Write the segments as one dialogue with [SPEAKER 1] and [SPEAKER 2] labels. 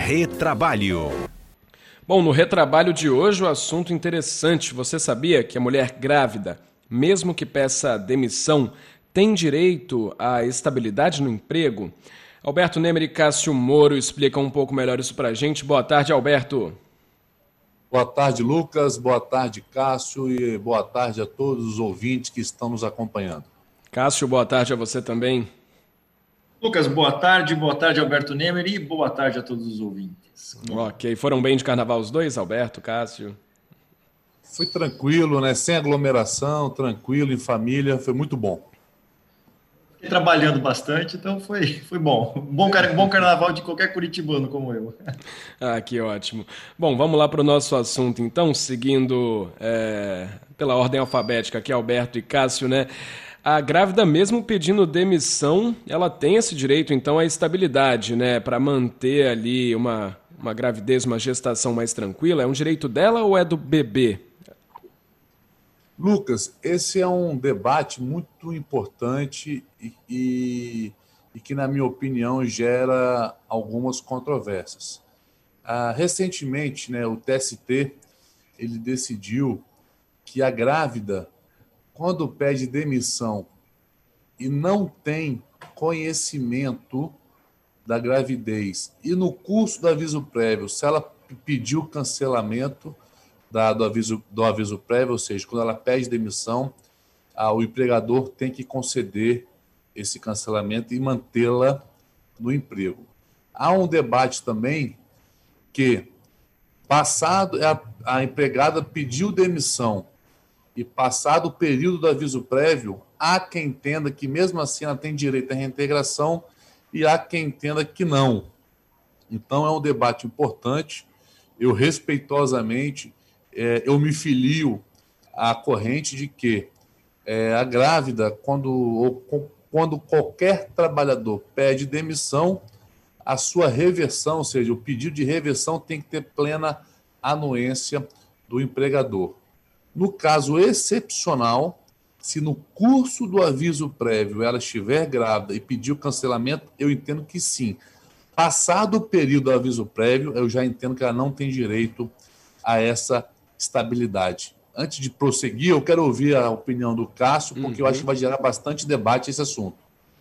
[SPEAKER 1] Retrabalho.
[SPEAKER 2] Bom, no retrabalho de hoje, o assunto interessante. Você sabia que a mulher grávida, mesmo que peça demissão, tem direito à estabilidade no emprego? Alberto Nemer e Cássio Moro explicam um pouco melhor isso pra gente. Boa tarde, Alberto.
[SPEAKER 3] Boa tarde, Lucas. Boa tarde, Cássio. E boa tarde a todos os ouvintes que estão nos acompanhando.
[SPEAKER 2] Cássio, boa tarde a você também.
[SPEAKER 4] Lucas, boa tarde, Alberto Nemer, e boa tarde a todos os ouvintes.
[SPEAKER 2] Ok, foram bem de carnaval os dois, Alberto, Cássio?
[SPEAKER 3] Foi tranquilo, né? Sem aglomeração, tranquilo, em família, foi muito bom.
[SPEAKER 4] Fiquei trabalhando bastante, então foi bom. Bom carnaval de qualquer curitibano como eu.
[SPEAKER 2] Ah, que ótimo. Bom, vamos lá para o nosso assunto, então, seguindo pela ordem alfabética aqui, Alberto e Cássio, né? A grávida, mesmo pedindo demissão, ela tem esse direito, então, à estabilidade, né? Para manter ali uma gravidez, uma gestação mais tranquila. É um direito dela ou é do bebê?
[SPEAKER 3] Lucas, esse é um debate muito importante e que, na minha opinião, gera algumas controvérsias. Recentemente, né, o TST ele decidiu que a grávida, quando pede demissão e não tem conhecimento da gravidez e no curso do aviso prévio, se ela pediu cancelamento do aviso prévio, ou seja, quando ela pede demissão, o empregador tem que conceder esse cancelamento e mantê-la no emprego. Há um debate também que, passado a empregada pediu demissão e passado o período do aviso prévio, há quem entenda que mesmo assim ela tem direito à reintegração e há quem entenda que não. Então é um debate importante. Eu respeitosamente eu me filio à corrente de que a grávida, quando qualquer trabalhador pede demissão, a sua reversão, ou seja, o pedido de reversão tem que ter plena anuência do empregador. No caso excepcional, se no curso do aviso prévio ela estiver grávida e pedir o cancelamento, eu entendo que sim. Passado o período do aviso prévio, eu já entendo que ela não tem direito a essa estabilidade. Antes de prosseguir, eu quero ouvir a opinião do Cássio, porque eu acho que vai gerar bastante debate esse assunto.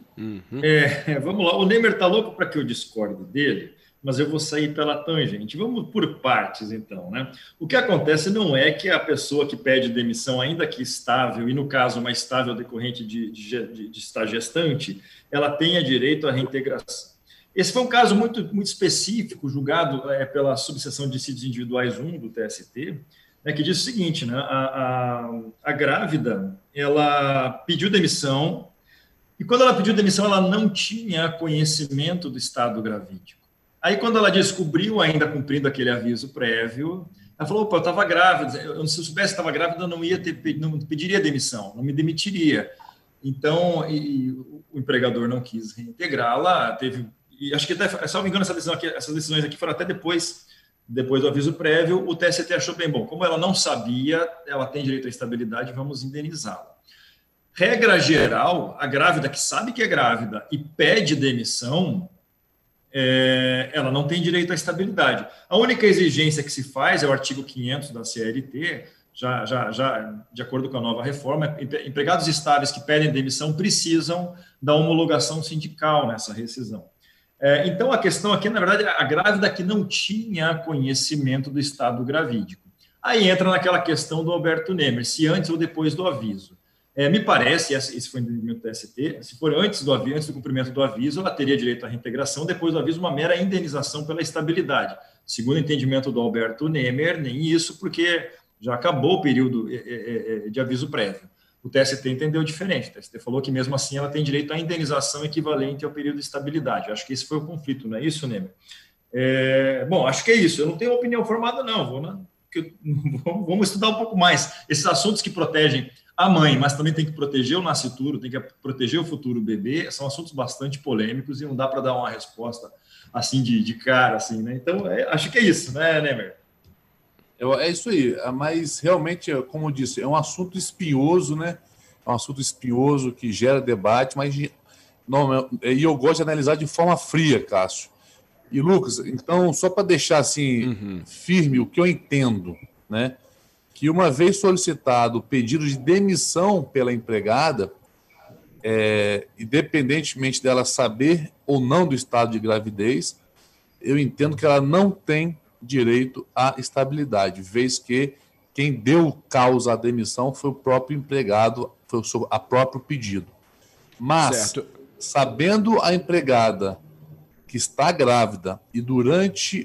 [SPEAKER 4] Vamos lá, o Nemer está louco para que eu discorde dele, mas eu vou sair pela tangente. Vamos por partes, então, né? O que acontece não é que a pessoa que pede demissão, ainda que estável, e no caso uma estável decorrente de estar gestante, ela tenha direito à reintegração. Esse foi um caso muito específico, julgado pela subseção de dissídios individuais 1 do TST, né, que diz o seguinte, né, a grávida, ela pediu demissão, e quando ela pediu demissão, ela não tinha conhecimento do estado gravídico. Aí, quando ela descobriu, ainda cumprindo aquele aviso prévio, ela falou, opa, eu estava grávida, se eu soubesse que estava grávida, eu não pediria demissão, não me demitiria. Então, o empregador não quis reintegrá-la, e acho que até, salvo engano, essas decisões aqui foram até depois do aviso prévio, o TST achou bem bom. Como ela não sabia, ela tem direito à estabilidade, vamos indenizá-la. Regra geral, a grávida que sabe que é grávida e pede demissão, ela não tem direito à estabilidade. A única exigência que se faz é o artigo 500 da CLT, já de acordo com a nova reforma, empregados estáveis que pedem demissão precisam da homologação sindical nessa rescisão. Então, a questão aqui, na verdade, é a grávida que não tinha conhecimento do estado gravídico. Aí entra naquela questão do Alberto Nemer, se antes ou depois do aviso. Me parece, esse foi o entendimento do TST, se for antes do cumprimento do aviso, ela teria direito à reintegração, depois do aviso, uma mera indenização pela estabilidade. Segundo o entendimento do Alberto Nemer, nem isso, porque já acabou o período de aviso prévio. O TST entendeu diferente. O TST falou que, mesmo assim, ela tem direito à indenização equivalente ao período de estabilidade. Eu acho que esse foi o conflito, não é isso, Nemer? Bom, acho que é isso. Eu não tenho opinião formada, não. Vamos estudar um pouco mais. Esses assuntos que protegem a mãe, mas também tem que proteger o nascituro, tem que proteger o futuro bebê, são assuntos bastante polêmicos e não dá para dar uma resposta assim de cara, assim, né? Então, acho que é isso, né, Nemer?
[SPEAKER 3] É isso aí, mas realmente, como eu disse, é um assunto espinhoso, né? É um assunto espinhoso que gera debate, mas não, e eu gosto de analisar de forma fria, Cássio. E, Lucas, então, só para deixar assim firme o que eu entendo, né? Que uma vez solicitado o pedido de demissão pela empregada, independentemente dela saber ou não do estado de gravidez, eu entendo que ela não tem direito à estabilidade, vez que quem deu causa à demissão foi o próprio empregado, foi a próprio pedido. Mas,
[SPEAKER 2] Certo.
[SPEAKER 3] sabendo a empregada que está grávida e durante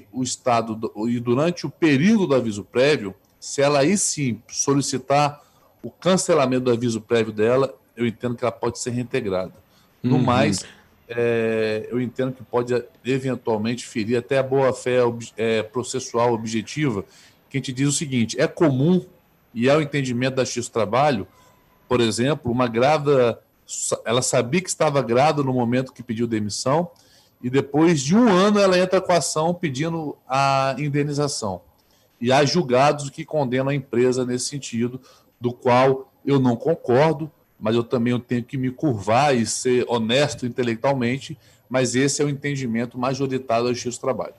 [SPEAKER 3] o período do aviso prévio, se ela aí sim solicitar o cancelamento do aviso prévio dela, eu entendo que ela pode ser reintegrada. No mais, eu entendo que pode eventualmente ferir até a boa-fé processual objetiva, que a gente diz o seguinte: é comum, e é o entendimento da Justiça do Trabalho, por exemplo, uma grávida, ela sabia que estava grávida no momento que pediu demissão, e depois de um ano ela entra com a ação pedindo a indenização. E há julgados que condenam a empresa nesse sentido, do qual eu não concordo, mas eu também tenho que me curvar e ser honesto intelectualmente, mas esse é o entendimento majoritário da Justiça do Trabalho.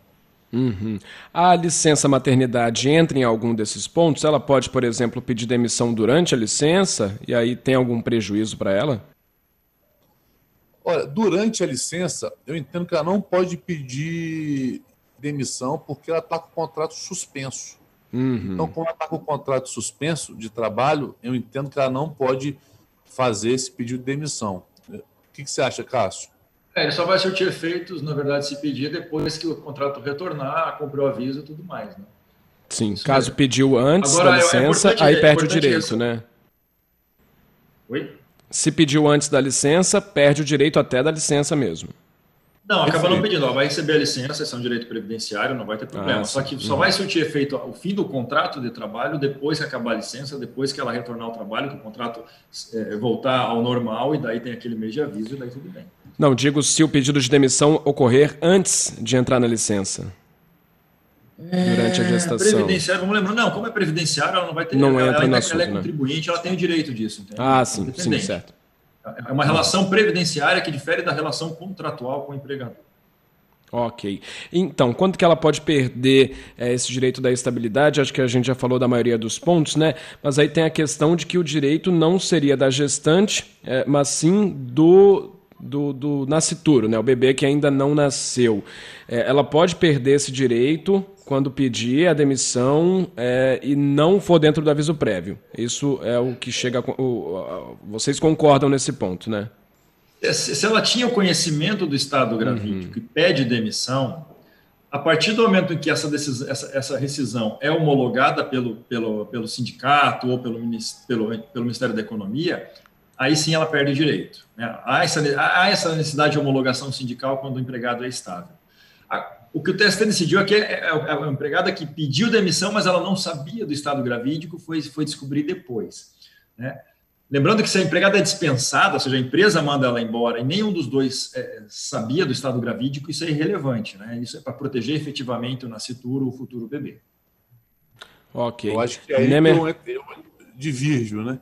[SPEAKER 2] A licença maternidade entra em algum desses pontos? Ela pode, por exemplo, pedir demissão durante a licença e aí tem algum prejuízo para ela?
[SPEAKER 3] Olha, durante a licença, eu entendo que ela não pode pedir demissão porque ela está com o contrato suspenso. Então, como ela está com o contrato suspenso de trabalho, eu entendo que ela não pode fazer esse pedido de demissão. O que você acha, Cássio?
[SPEAKER 4] Ele só vai surtir efeitos, na verdade, se pedir depois que o contrato retornar, cumpriu o aviso e tudo mais, né?
[SPEAKER 2] Sim,
[SPEAKER 4] Isso
[SPEAKER 2] caso
[SPEAKER 4] mesmo.
[SPEAKER 2] Pediu antes
[SPEAKER 4] Agora,
[SPEAKER 2] da licença, aí perde o direito,
[SPEAKER 4] isso.
[SPEAKER 2] né?
[SPEAKER 4] Oi?
[SPEAKER 2] Se pediu antes da licença, perde o direito até da licença mesmo.
[SPEAKER 4] Não, acaba não pedindo. Ela vai receber a licença, esse é um direito previdenciário, não vai ter problema. Só que só vai surtir efeito o fim do contrato de trabalho depois que acabar a licença, depois que ela retornar ao trabalho, que o contrato voltar ao normal, e daí tem aquele mês de aviso, e daí tudo bem.
[SPEAKER 2] Não, digo se o pedido de demissão ocorrer antes de entrar na licença. Durante a gestação.
[SPEAKER 4] Previdenciário, vamos lembrar. Não, como é previdenciário, ela não vai ter.
[SPEAKER 2] Não entra no assunto,
[SPEAKER 4] ela é contribuinte, ela tem o direito disso. Entende?
[SPEAKER 2] Ah, sim, sim, certo.
[SPEAKER 4] É uma relação previdenciária que difere da relação contratual com o empregador.
[SPEAKER 2] Ok. Então, quanto que ela pode perder esse direito da estabilidade? Acho que a gente já falou da maioria dos pontos, né? Mas aí tem a questão de que o direito não seria da gestante, mas sim do nascituro, né? O bebê que ainda não nasceu. Ela pode perder esse direito quando pedir a demissão e não for dentro do aviso prévio. Isso é o que chega... vocês concordam nesse ponto, né?
[SPEAKER 4] Se ela tinha o conhecimento do estado gravídico e pede demissão, a partir do momento em que essa rescisão é homologada pelo sindicato ou pelo Ministério da Economia, aí sim ela perde o direito. Né? Há essa necessidade de homologação sindical quando o empregado é estável. O que o TST decidiu é que a empregada que pediu demissão, mas ela não sabia do estado gravídico, foi descobrir depois. Né? Lembrando que se a empregada é dispensada, ou seja, a empresa manda ela embora e nenhum dos dois sabia do estado gravídico, isso é irrelevante. Né? Isso é para proteger efetivamente o nascituro ou o futuro bebê.
[SPEAKER 2] Ok.
[SPEAKER 3] Eu acho que aí eu divirjo, né?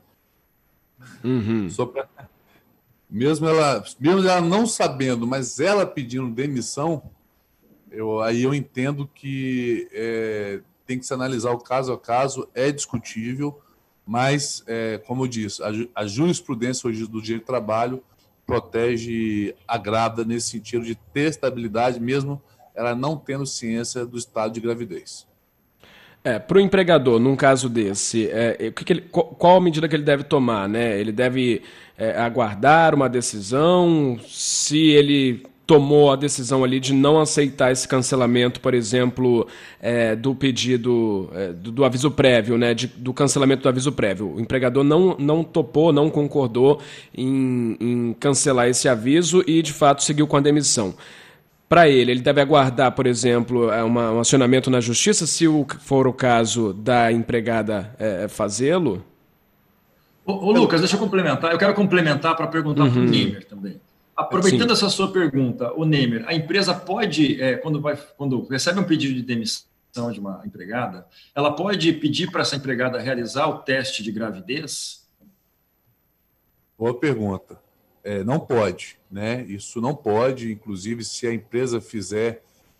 [SPEAKER 3] Mesmo ela não sabendo, mas ela pedindo demissão, aí eu entendo que tem que se analisar o caso a caso, é discutível, mas, como eu disse, a jurisprudência hoje do direito do trabalho protege a grávida nesse sentido de ter estabilidade, mesmo ela não tendo ciência do estado de gravidez.
[SPEAKER 2] Para o empregador, num caso desse, qual a medida que ele deve tomar? Né? Ele deve aguardar uma decisão? Se ele tomou a decisão ali de não aceitar esse cancelamento, por exemplo, do pedido, do aviso prévio, né? Do cancelamento do aviso prévio. O empregador não topou, não concordou em cancelar esse aviso e, de fato, seguiu com a demissão. Para ele deve aguardar, por exemplo, um acionamento na justiça, se for o caso da empregada fazê-lo?
[SPEAKER 4] Ô, Lucas, deixa eu complementar. Eu quero complementar para perguntar para o Neymer também. Aproveitando essa sua pergunta, o Neymer, a empresa pode, quando recebe um pedido de demissão de uma empregada, ela pode pedir para essa empregada realizar o teste de gravidez?
[SPEAKER 3] Boa pergunta. Não pode, né? Isso não pode, inclusive, se a empresa fizer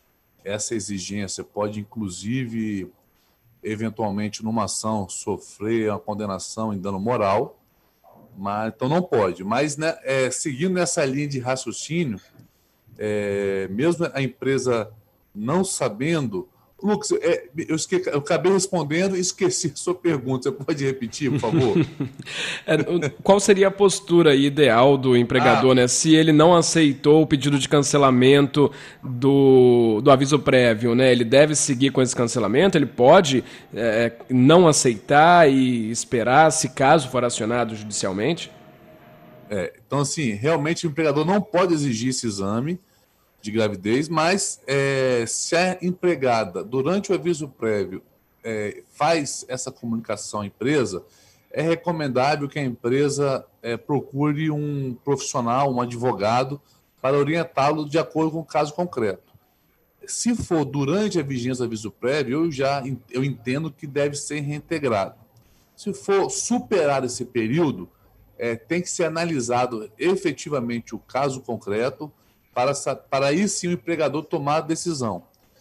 [SPEAKER 3] essa exigência pode, inclusive, eventualmente, numa ação, sofrer uma condenação em dano moral, mas, então não pode. Mas, né, seguindo nessa linha de raciocínio, mesmo a empresa não sabendo... Lucas, eu acabei respondendo e esqueci a sua pergunta. Você pode repetir, por favor?
[SPEAKER 2] Qual seria a postura ideal do empregador, né? Se ele não aceitou o pedido de cancelamento do aviso prévio, né? Ele deve seguir com esse cancelamento? Ele pode não aceitar e esperar, se caso for acionado judicialmente?
[SPEAKER 3] Então, assim, realmente o empregador não pode exigir esse exame de gravidez, mas se a empregada, durante o aviso prévio, faz essa comunicação à empresa, é recomendável que a empresa procure um profissional, um advogado, para orientá-lo de acordo com o caso concreto. Se for durante a vigência do aviso prévio, eu entendo que deve ser reintegrado. Se for superar esse período, tem que ser analisado efetivamente o caso concreto, para aí sim o empregador tomar a decisão.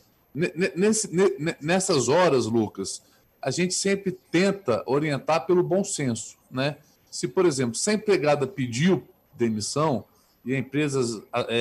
[SPEAKER 3] Nessas horas, Lucas, a gente sempre tenta orientar pelo bom senso, né? Se, por exemplo, se a empregada pediu demissão e a empresa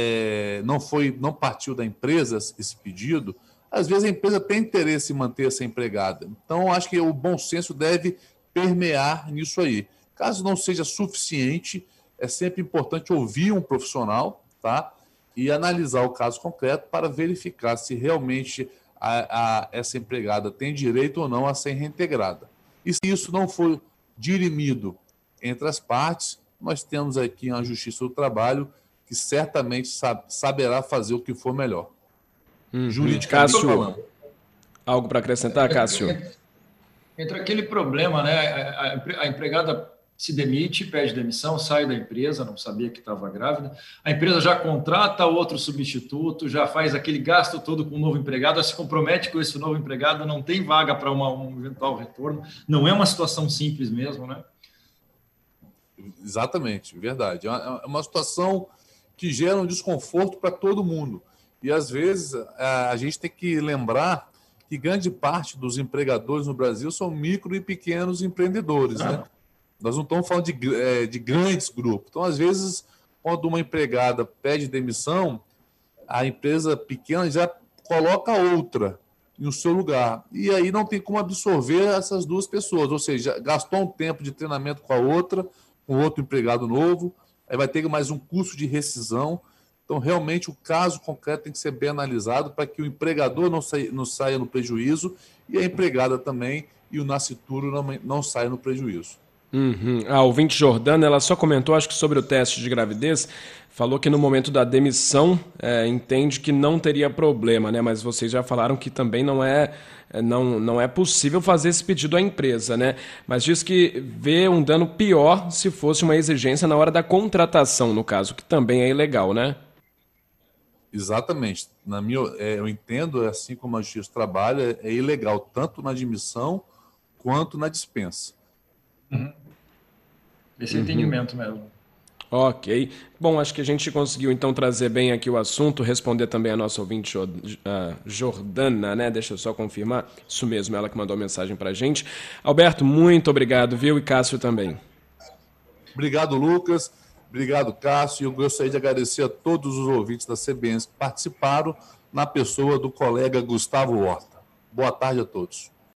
[SPEAKER 3] não partiu da empresa esse pedido, às vezes a empresa tem interesse em manter essa empregada. Então, acho que o bom senso deve permear nisso aí. Caso não seja suficiente, é sempre importante ouvir um profissional, tá? E analisar o caso concreto para verificar se realmente essa empregada tem direito ou não a ser reintegrada. E se isso não for dirimido entre as partes, nós temos aqui a Justiça do Trabalho, que certamente saberá fazer o que for melhor.
[SPEAKER 2] Juridicamente falando. Algo para acrescentar, Cássio?
[SPEAKER 4] Entra aquele problema, né? A empregada se demite, pede demissão, sai da empresa, não sabia que estava grávida. A empresa já contrata outro substituto, já faz aquele gasto todo com o novo empregado, se compromete com esse novo empregado, não tem vaga para um eventual retorno. Não é uma situação simples mesmo, né?
[SPEAKER 3] Exatamente, verdade. É uma situação que gera um desconforto para todo mundo. E, às vezes, a gente tem que lembrar que grande parte dos empregadores no Brasil são micro e pequenos empreendedores, né? Nós não estamos falando de grandes grupos. Então, às vezes, quando uma empregada pede demissão, a empresa pequena já coloca outra no seu lugar. E aí não tem como absorver essas duas pessoas. Ou seja, gastou um tempo de treinamento com a outra, com outro empregado novo, aí vai ter mais um custo de rescisão. Então, realmente, o caso concreto tem que ser bem analisado para que o empregador não saia no prejuízo e a empregada também e o nascituro não saia no prejuízo.
[SPEAKER 2] A ouvinte Jordana, ela só comentou, acho que sobre o teste de gravidez, falou que no momento da demissão entende que não teria problema, né? Mas vocês já falaram que também não é possível fazer esse pedido à empresa, né? Mas diz que vê um dano pior se fosse uma exigência na hora da contratação, no caso, que também é ilegal, né?
[SPEAKER 3] Exatamente. Eu entendo, assim como a Justiça trabalha, é ilegal tanto na admissão quanto na dispensa.
[SPEAKER 4] Esse entendimento mesmo.
[SPEAKER 2] Ok. Bom, acho que a gente conseguiu então trazer bem aqui o assunto, responder também a nossa ouvinte Jordana, né? Deixa eu só confirmar. Isso mesmo, ela que mandou a mensagem pra gente. Alberto, muito obrigado, viu? E Cássio também.
[SPEAKER 3] Obrigado, Lucas. Obrigado, Cássio. Eu gostaria de agradecer a todos os ouvintes da CBN que participaram, na pessoa do colega Gustavo Horta. Boa tarde a todos.